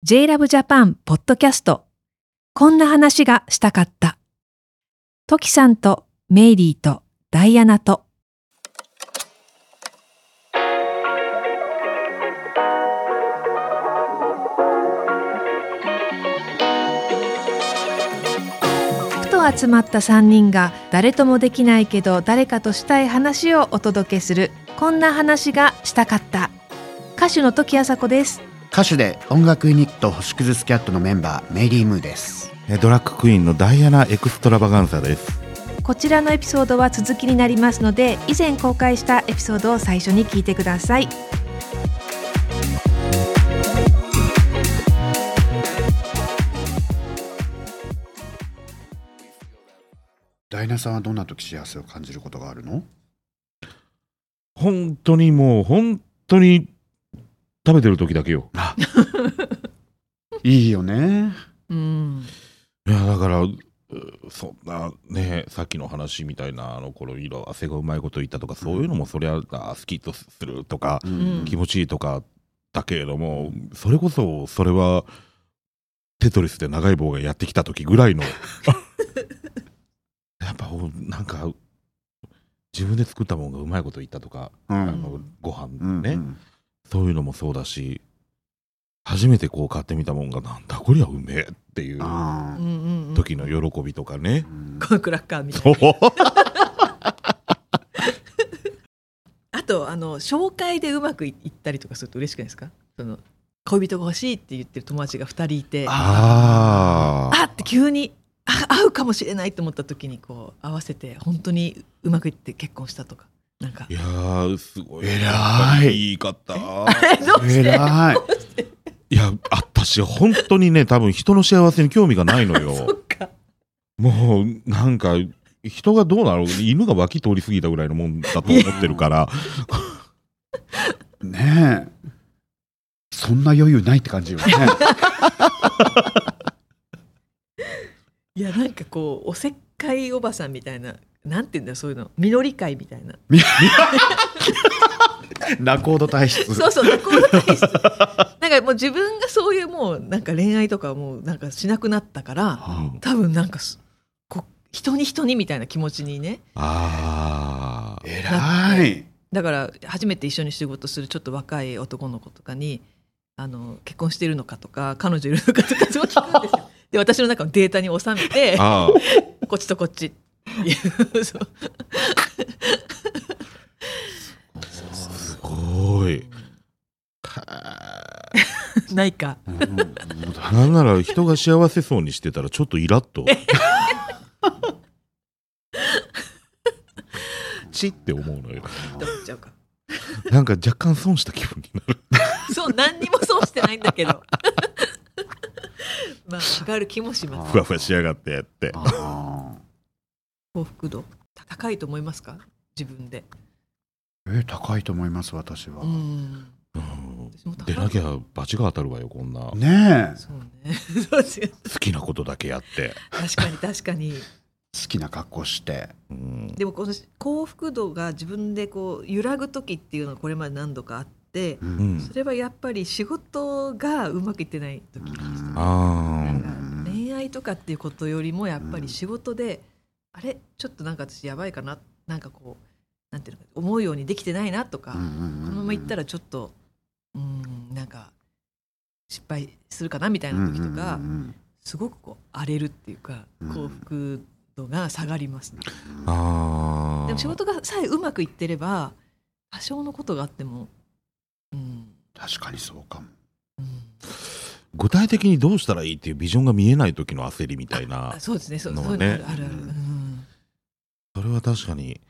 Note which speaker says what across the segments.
Speaker 1: J-Love Japan ポッドキャスト。こんな話がしたかった。トキさんとメイリーとダイアナと。ふと集まった3人が誰ともできないけど誰かとしたい話をお届けする。こんな話がしたかった。歌手のトキアサコです。
Speaker 2: 歌手で音楽ユニット星屑スキャットのメンバーメイリー・ムーです。
Speaker 3: ドラッグクイーンのダイアナ・エクストラバガンサです。
Speaker 1: こちらのエピソードは続きになりますので、以前公開したエピソードを最初に聞いてください。
Speaker 2: ダイナさんはどんな時幸せを感じることがあるの？
Speaker 3: 本当に食べてる時だけよ。
Speaker 2: いいよね。
Speaker 3: いやだからそんなね、さっきの話みたいな頃色あせがうまいこと言ったとか、そういうのもそりゃ好きとするとか、気持ちいいとかだけれども、それはテトリスで長い棒がやってきた時ぐらいのやっぱなんか自分で作ったものがうまいこと言ったとか、ご飯ね、そういうのもそうだし、初めてこう買ってみたもんがなんだこりゃうめえっていう時の喜びとかね、
Speaker 1: このクラッカーみたいな。あと紹介でうまくいったりとかすると嬉しくないですか？その恋人が欲しいって言ってる友達が2人いて、って急に合うかもしれないと思った時にこう合わせて本当にうまくいって結婚したとか。なんか
Speaker 3: いやーすごい
Speaker 2: 偉い
Speaker 3: 言い方
Speaker 2: 偉い。
Speaker 3: いや私本当にね、多分人の幸せに興味がないのよ。
Speaker 1: そっか。
Speaker 3: もうなんか人がどうなの、犬が脇通り過ぎたぐらいのもんだと思ってるから
Speaker 2: ねえ、そんな余裕ないって感じよね。
Speaker 1: いやなんかこうおせっかいおばさんみたいな、なんていうんだよ、そういうの実り会みたいな。
Speaker 2: 仲人体質。
Speaker 1: そう仲人体質。なんかもう自分がそういうもうなんか恋愛とかもうなんかしなくなったから、多分なんか人にみたいな気持ちにね。
Speaker 2: 偉い。
Speaker 1: だから初めて一緒に仕事するちょっと若い男の子とかに結婚しているのかとか彼女いるのかとかそう聞くんですよ。で私の中のデータに収めてこっちとこっち
Speaker 3: すごい
Speaker 1: ないか。
Speaker 3: なんなら人が幸せそうにしてたらちょっとイラッとチって思うのよ。
Speaker 1: って思っちゃうか。
Speaker 3: なんか若干損した気分になる。
Speaker 1: そう何にも損してないんだけどまあ上がる気もします。
Speaker 3: ふわふわしやがってって
Speaker 1: 幸福度高いと思いますか？自分で。
Speaker 2: 高いと思います私は。
Speaker 3: 出なきゃ罰が当たるわよこんな。
Speaker 2: ねえ。
Speaker 1: そうね。そうですよ。
Speaker 3: 好きなことだけやって。
Speaker 1: 確かに。
Speaker 2: 好きな格好して。
Speaker 1: でもこの幸福度が自分でこう揺らぐ時っていうのがこれまで何度かあって、それはやっぱり仕事がうまくいってない時でした。恋愛とかっていうことよりもやっぱり仕事で、あれちょっとなんか私やばいかな、なんかこうなんていうのか思うようにできてないなとか、このままいったらちょっとなんか失敗するかなみたいな時とか、すごくこう荒れるっていうか幸福度が下がりますね。でも仕事がさえうまくいってれば多少のことがあっても、
Speaker 2: 確かにそうかも。
Speaker 3: 具体的にどうしたらいいっていうビジョンが見えない時の焦りみたいな。
Speaker 1: そうですね。そういうのある。
Speaker 3: それは確かに。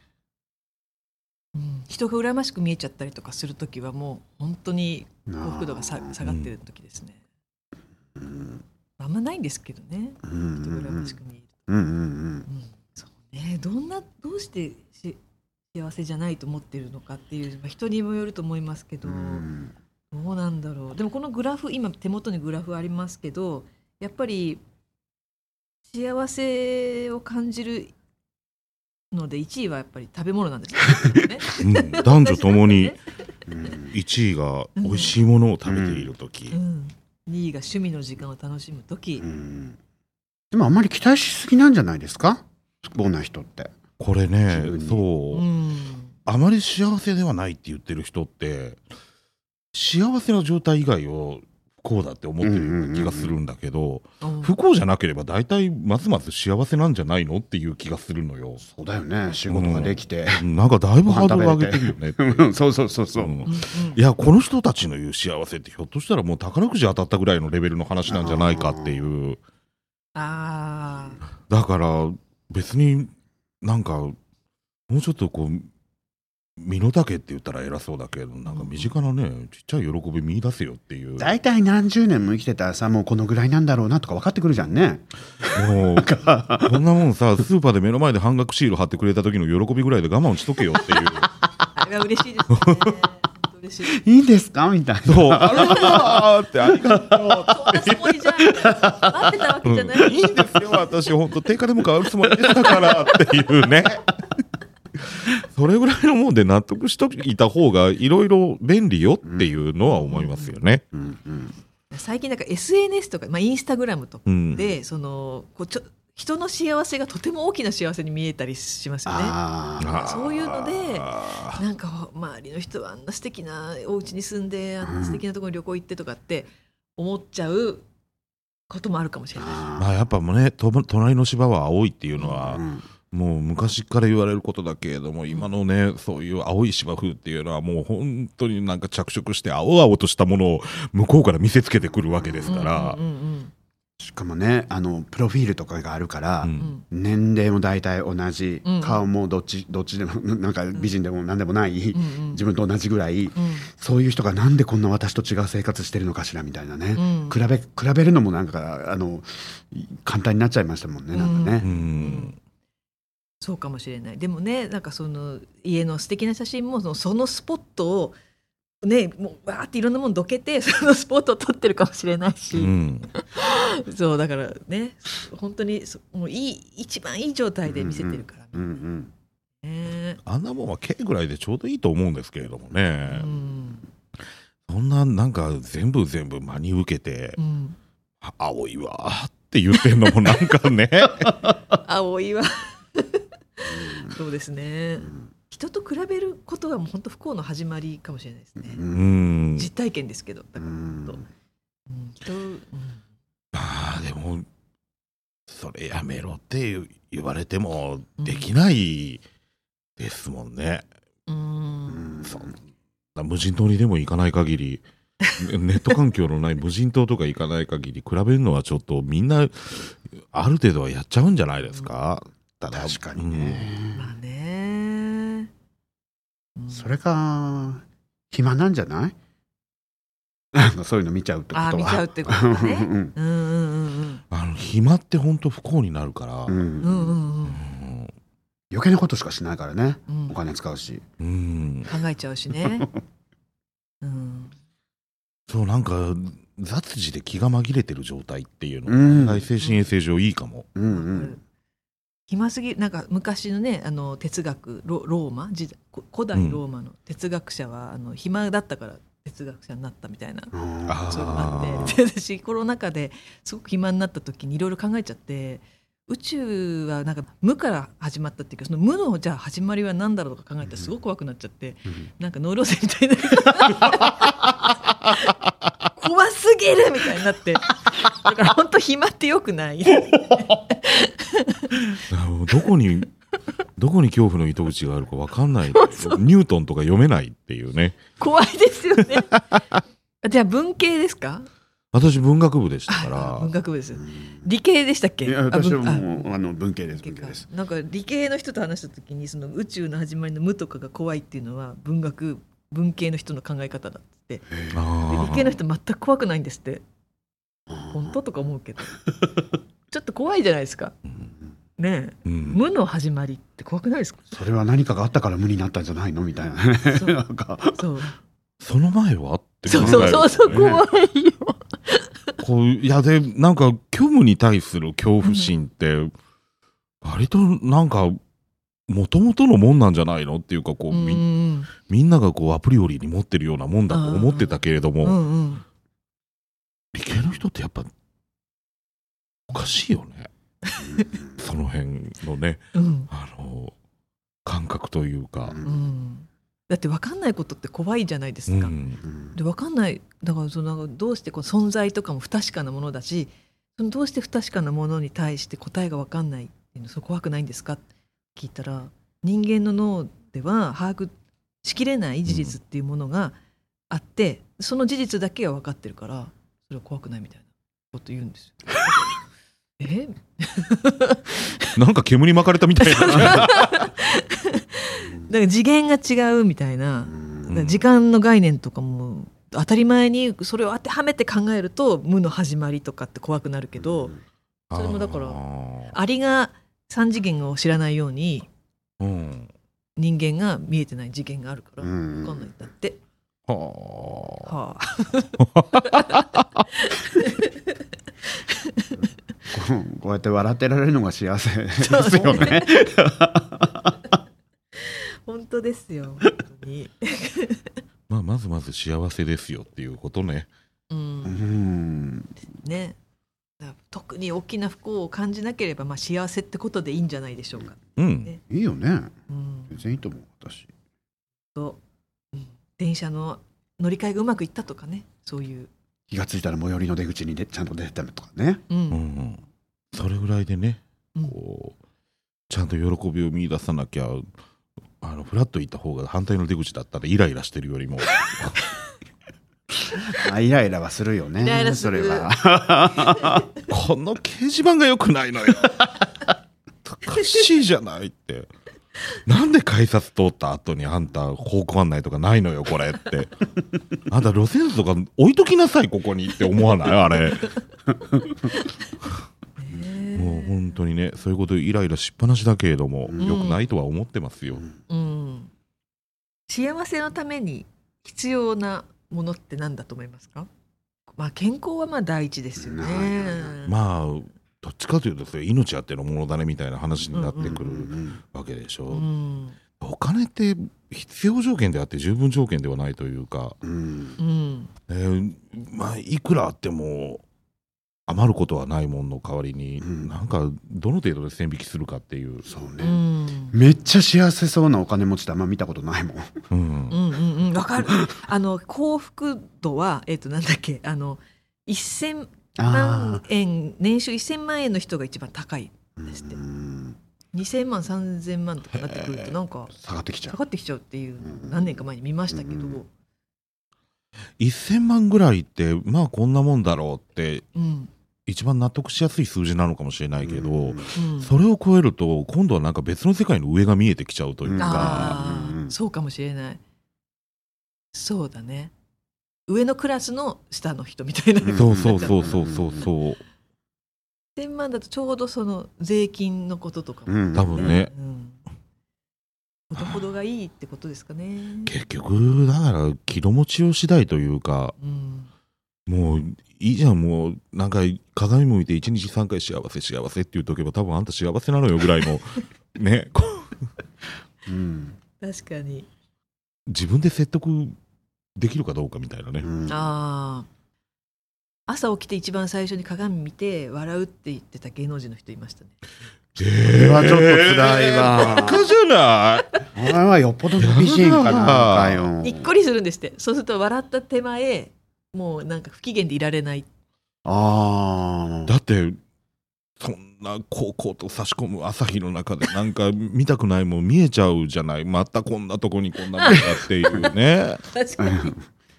Speaker 1: 人が羨ましく見えちゃったりとかするときはもう本当に幸福度が下がってるときですね。あんまないんですけどね。人が羨ましく見える。そうね。どうして幸せじゃないと思っているのかっていう人にもよると思いますけど、どうなんだろう。でもこのグラフ、今手元にグラフありますけど、やっぱり幸せを感じるので1位はやっぱり食べ物なんですよね。
Speaker 3: 男女ともに1位が美味しいものを食べているとき、
Speaker 1: 2位が趣味の時間を楽しむ時、
Speaker 2: でもあんまり期待しすぎなんじゃないですか、不幸な人って。
Speaker 3: これね、そう、あまり幸せではないって言ってる人って幸せな状態以外を不幸だって思ってる気がするんだけど、不幸じゃなければ大体ますます幸せなんじゃないのっていう気がするのよ。
Speaker 2: そうだよね、仕事ができて、
Speaker 3: なんかだいぶハードル上げてるよねって
Speaker 2: そうそうそうそう、
Speaker 3: いやこの人たちの言う幸せってひょっとしたらもう宝くじ当たったぐらいのレベルの話なんじゃないかっていう。だから別になんかもうちょっとこう身の丈って言ったら偉そうだけど、なんか身近なねちっちゃい喜び見出せよっていう。
Speaker 2: 大体何十年も生きてたらさ、もうこのぐらいなんだろうなとか分かってくるじゃんね。
Speaker 3: もうこんなもんさ、スーパーで目の前で半額シール貼ってくれた時の喜びぐらいで我慢しとけよっていう
Speaker 1: あれは嬉しいですね。嬉し
Speaker 2: いいんですかみたいな。
Speaker 3: そう、あららってありがとうって。
Speaker 1: そんなつもりじゃん。待ってたわけじゃない。
Speaker 3: いいんですよ、私本当定価でも買うつもりでしたからっていうね。それぐらいのもんで納得しといた方がいろいろ便利よっていうのは思いますよね。
Speaker 1: 最近なんか SNS とか、インスタグラムとかで、その人の幸せがとても大きな幸せに見えたりしますよね。そういうのでなんか周りの人はあんな素敵なお家に住んであんな素敵なところに旅行行ってとかって思っちゃうこともあるかもしれない。
Speaker 3: やっぱもうね、隣の芝は青いっていうのは、もう昔から言われることだけれども、今のねそういう青い芝生っていうのはもう本当になんか着色して青々としたものを向こうから見せつけてくるわけですから。
Speaker 2: しかもね、プロフィールとかがあるから、年齢も大体同じ、顔もどっちでもなんか美人でも何でもない、自分と同じぐらい、そういう人がなんでこんな私と違う生活してるのかしらみたいなね、比べるのもなんか簡単になっちゃいましたもんね、なんかね。
Speaker 1: そうかもしれない。でもね、なんかその家の素敵な写真もそのスポットをね、もうわーっていろんなものどけてそのスポットを撮ってるかもしれないし、そうだからね、本当にもう一番いい状態で見せてるからね。
Speaker 3: あんなもんは K ぐらいでちょうどいいと思うんですけれどもね。そんなんか全部真に受けて、青いわって言ってんのもなんかね
Speaker 1: 青いわそうですね。人と比べることがもう本当不幸の始まりかもしれないですね。実体験ですけど、だから
Speaker 3: でもそれやめろって言われてもできないですもんね。そんな無人島にでも行かない限りネット環境のない無人島とか行かない限り比べるのはちょっとみんなある程度はやっちゃうんじゃないですか。
Speaker 2: 確かにね。それが暇なんじゃない？そういうの見ちゃうってことは。
Speaker 1: 見ちゃうってことね。
Speaker 3: 暇って本当不幸になるから。
Speaker 2: 余計なことしかしないからね。お金使うし。
Speaker 1: 考えちゃうしね。
Speaker 3: そう、なんか雑事で気が紛れてる状態っていうのが精神衛生上いいかも。
Speaker 1: 暇すぎ、なんか昔のね、哲学ローマ時代、古代ローマの哲学者は暇だったから哲学者になったみたいな、そういうのがあって、私コロナ禍ですごく暇になった時にいろいろ考えちゃって、宇宙はなんか無から始まったっていうか、その無のじゃあ始まりは何だろうとか考えたらすごく怖くなっちゃって、なんかノイローゼみたいな怖すぎるみたいになって、だから本当暇ってよくない
Speaker 3: どこに恐怖の糸口があるか分かんないニュートンとか読めないっていうね。
Speaker 1: 怖いですよねじゃあ文系ですか？
Speaker 3: 私文学部でしたから。
Speaker 1: 文学部です。理系でしたっけ？
Speaker 2: いや、私はもう文系です。
Speaker 1: なんか理系の人と話した時に、その宇宙の始まりの無とかが怖いっていうのは文系の人の考え方だって。理系の人全く怖くないんですって。本当とか思うけどちょっと怖いじゃないですかねえ、無の始まりって怖くないですか？
Speaker 2: それは何かがあったから無になったんじゃないのみたいな
Speaker 3: その前はって
Speaker 1: そう怖いよ
Speaker 3: いやで、なんか虚無に対する恐怖心って割となんか元々のもんなんじゃないのっていうか、みんながアプリオリに持ってるようなもんだと思ってたけれども、理系の人ってやっぱおかしいよねその辺のね、感覚というか、
Speaker 1: だって分かんないことって怖いじゃないですか、で分かんないだからどうしてこの存在とかも不確かなものだし、どうして不確かなものに対して答えが分かんないっていうの、それ怖くないんですかって聞いたら、人間の脳では把握しきれない事実っていうものがあって、その事実だけは分かってるからそれは怖くないみたいなこと言うんですよ
Speaker 3: なんか煙に巻かれたみたいな
Speaker 1: だから次元が違うみたいな、時間の概念とかも当たり前にそれを当てはめて考えると無の始まりとかって怖くなるけど、それもだからアリが3次元を知らないように、人間が見えてない次元があるから分かんないんだって。はあ
Speaker 2: こうやって笑ってられるのが幸せですよね。
Speaker 1: 本当ですよ、本当に
Speaker 3: まず幸せですよっていうことね。
Speaker 1: ね、特に大きな不幸を感じなければ、幸せってことでいいんじゃないでしょうか。
Speaker 2: いいよね、全然いいと思う私
Speaker 1: と、電車の乗り換えがうまくいったとかね、そういう
Speaker 2: 気がついたら最寄りの出口にちゃんと出たとかね、
Speaker 3: それぐらいでね、こうちゃんと喜びを見出さなきゃ、フラッと行った方が反対の出口だったらイライラしてるよりも
Speaker 2: イライラはするよね。
Speaker 1: イライラする。
Speaker 2: それは
Speaker 3: この掲示板が良くないのよおかしいじゃないって。なんで改札通った後にあんた方向案内とかないのよこれってあんた路線図とか置いときなさいここにって思わないあれもう本当にね、そういうことイライラしっぱなしだけれども、良くないとは思ってますよ、
Speaker 1: 幸せのために必要なものって何だと思いますか？健康は第一ですよね。
Speaker 3: どっちかというとそれ命あってのものだねみたいな話になってくるわけでしょ。お金って必要条件であって十分条件ではないというか、いくらあっても余ることはないもんの代わりに、なんかどの程度で線引きするかっていう。
Speaker 2: そうね、めっちゃ幸せそうなお金持ちってあんま見たことないもん。
Speaker 1: わかる。幸福度はなんだっけ、1000万円、年収1000万円の人が一番高いんですって。2000万3000万とかなってくるとなんか下がってきちゃうっていう何年か前に見ましたけど、
Speaker 3: 1000万ぐらいってこんなもんだろうって、一番納得しやすい数字なのかもしれないけど、それを超えると今度はなんか別の世界の上が見えてきちゃうというか、
Speaker 1: そうかもしれない。そうだね、上のクラスの下の人みたいな。
Speaker 3: そう
Speaker 1: 1000万だとちょうどその税金のこととかも、
Speaker 3: 多分ね、
Speaker 1: ほどほどがいいってことですかね。
Speaker 3: 結局だから気の持ちを次第というか、もういいじゃん、もうなんか鏡向いて1日3回幸せ幸せって言っとけば多分あんた幸せなのよぐらいのね
Speaker 1: 確かに
Speaker 3: 自分で説得できるかどうかみたいなね。
Speaker 1: 朝起きて一番最初に鏡見て笑うって言ってた芸能人の人いましたね。
Speaker 2: それはちょっと辛いわ。
Speaker 3: バカじゃない。
Speaker 2: あれはよっぽど美人かなんかよ。
Speaker 1: にっこりするんですって。そうすると笑った手前もうなんか不機嫌でいられない。
Speaker 3: だってそんなこうこうと差し込む朝日の中でなんか見たくないもん見えちゃうじゃない。またこんなとこにこんなもんだっていうね。
Speaker 1: 確かに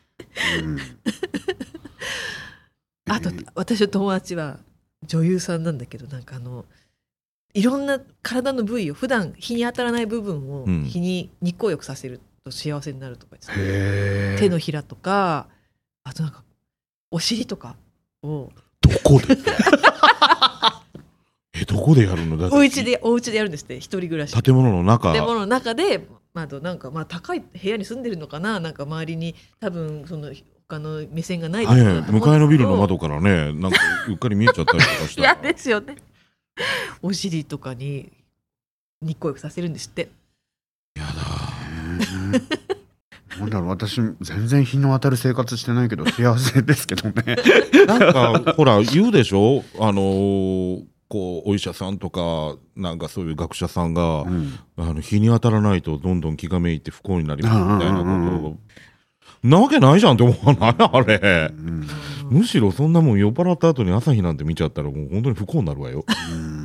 Speaker 1: あと私の友達は女優さんなんだけど、なんかいろんな体の部位を普段日に当たらない部分を日に日光浴させると幸せになるとかですね、手のひらとか、あとなんかお尻とかを
Speaker 3: どこでどこでやるの？だって
Speaker 1: お家でやるんですって。一人暮らし
Speaker 3: 建物の中
Speaker 1: でなんか高い部屋に住んでるのかな、なんか周りに多分その他の目線がないところだと思うんですけど、
Speaker 3: 向かいのビルの窓からねなんかうっかり見えちゃったりとかしたら
Speaker 1: 嫌ですよね。お尻とかに日光浴させるんですって。
Speaker 3: やだ
Speaker 2: なんだろう、私全然日の当たる生活してないけど幸せですけどね。
Speaker 3: なんかほら言うでしょ、こうお医者さんとかなんかそういう学者さんが、日に当たらないとどんどん気がめいて不幸になりますみたいなことを、なわけないじゃんって思わないあれ、むしろそんなもん酔っ払った後に朝日なんて見ちゃったらもう本当に不幸になるわよ。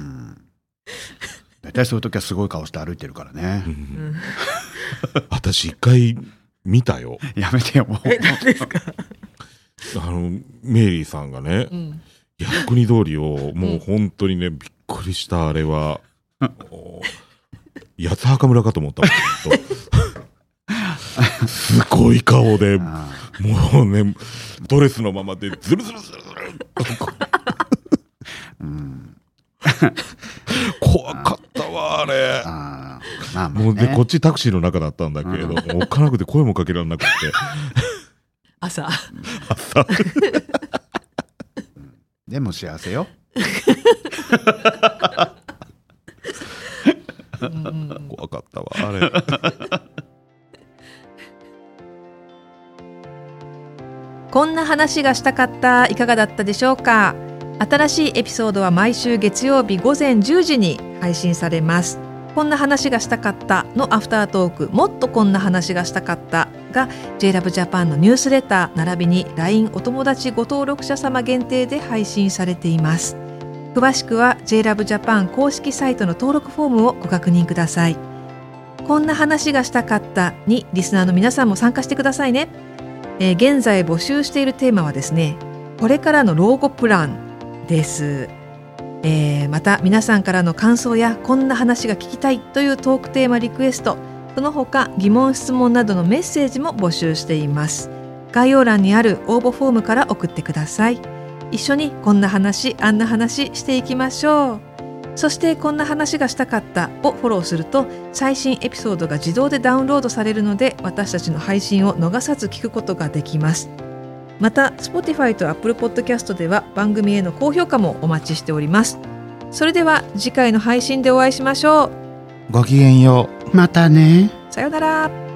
Speaker 2: 大体そういう時はすごい顔して歩いてるからね。
Speaker 3: 私一回見たよ。
Speaker 2: やめてよもう。
Speaker 1: 何ですか？
Speaker 3: メイリーさんがね、靖国通りをもう本当にね、びっくりしたあれは八幡村かと思ったもん。すごい顔でもうねドレスのままでズルズルズルズル怖かったわあれ。もうでこっちタクシーの中だったんだけれども、おっかなくて声もかけられなくて
Speaker 1: 朝
Speaker 2: でも幸せよ。
Speaker 3: 怖かったわあれ。
Speaker 1: こんな話がしたかった、いかがだったでしょうか。新しいエピソードは毎週月曜日午前10時に配信されます。こんな話がしたかったのアフタートーク、もっとこんな話がしたかったが JLove Japan のニュースレター並びに LINE お友達ご登録者様限定で配信されています。詳しくは JLove Japan 公式サイトの登録フォームをご確認ください。こんな話がしたかったにリスナーの皆さんも参加してくださいね。現在募集しているテーマはですね、これからの老後プランです。また皆さんからの感想やこんな話が聞きたいというトークテーマリクエスト、その他疑問質問などのメッセージも募集しています。概要欄にある応募フォームから送ってください。一緒にこんな話あんな話していきましょう。そしてこんな話がしたかったをフォローすると最新エピソードが自動でダウンロードされるので、私たちの配信を逃さず聞くことができます。また Spotify と Apple Podcast では番組への高評価もお待ちしております。それでは次回の配信でお会いしましょう。
Speaker 3: ごきげんよう。
Speaker 2: またね。
Speaker 1: さようなら。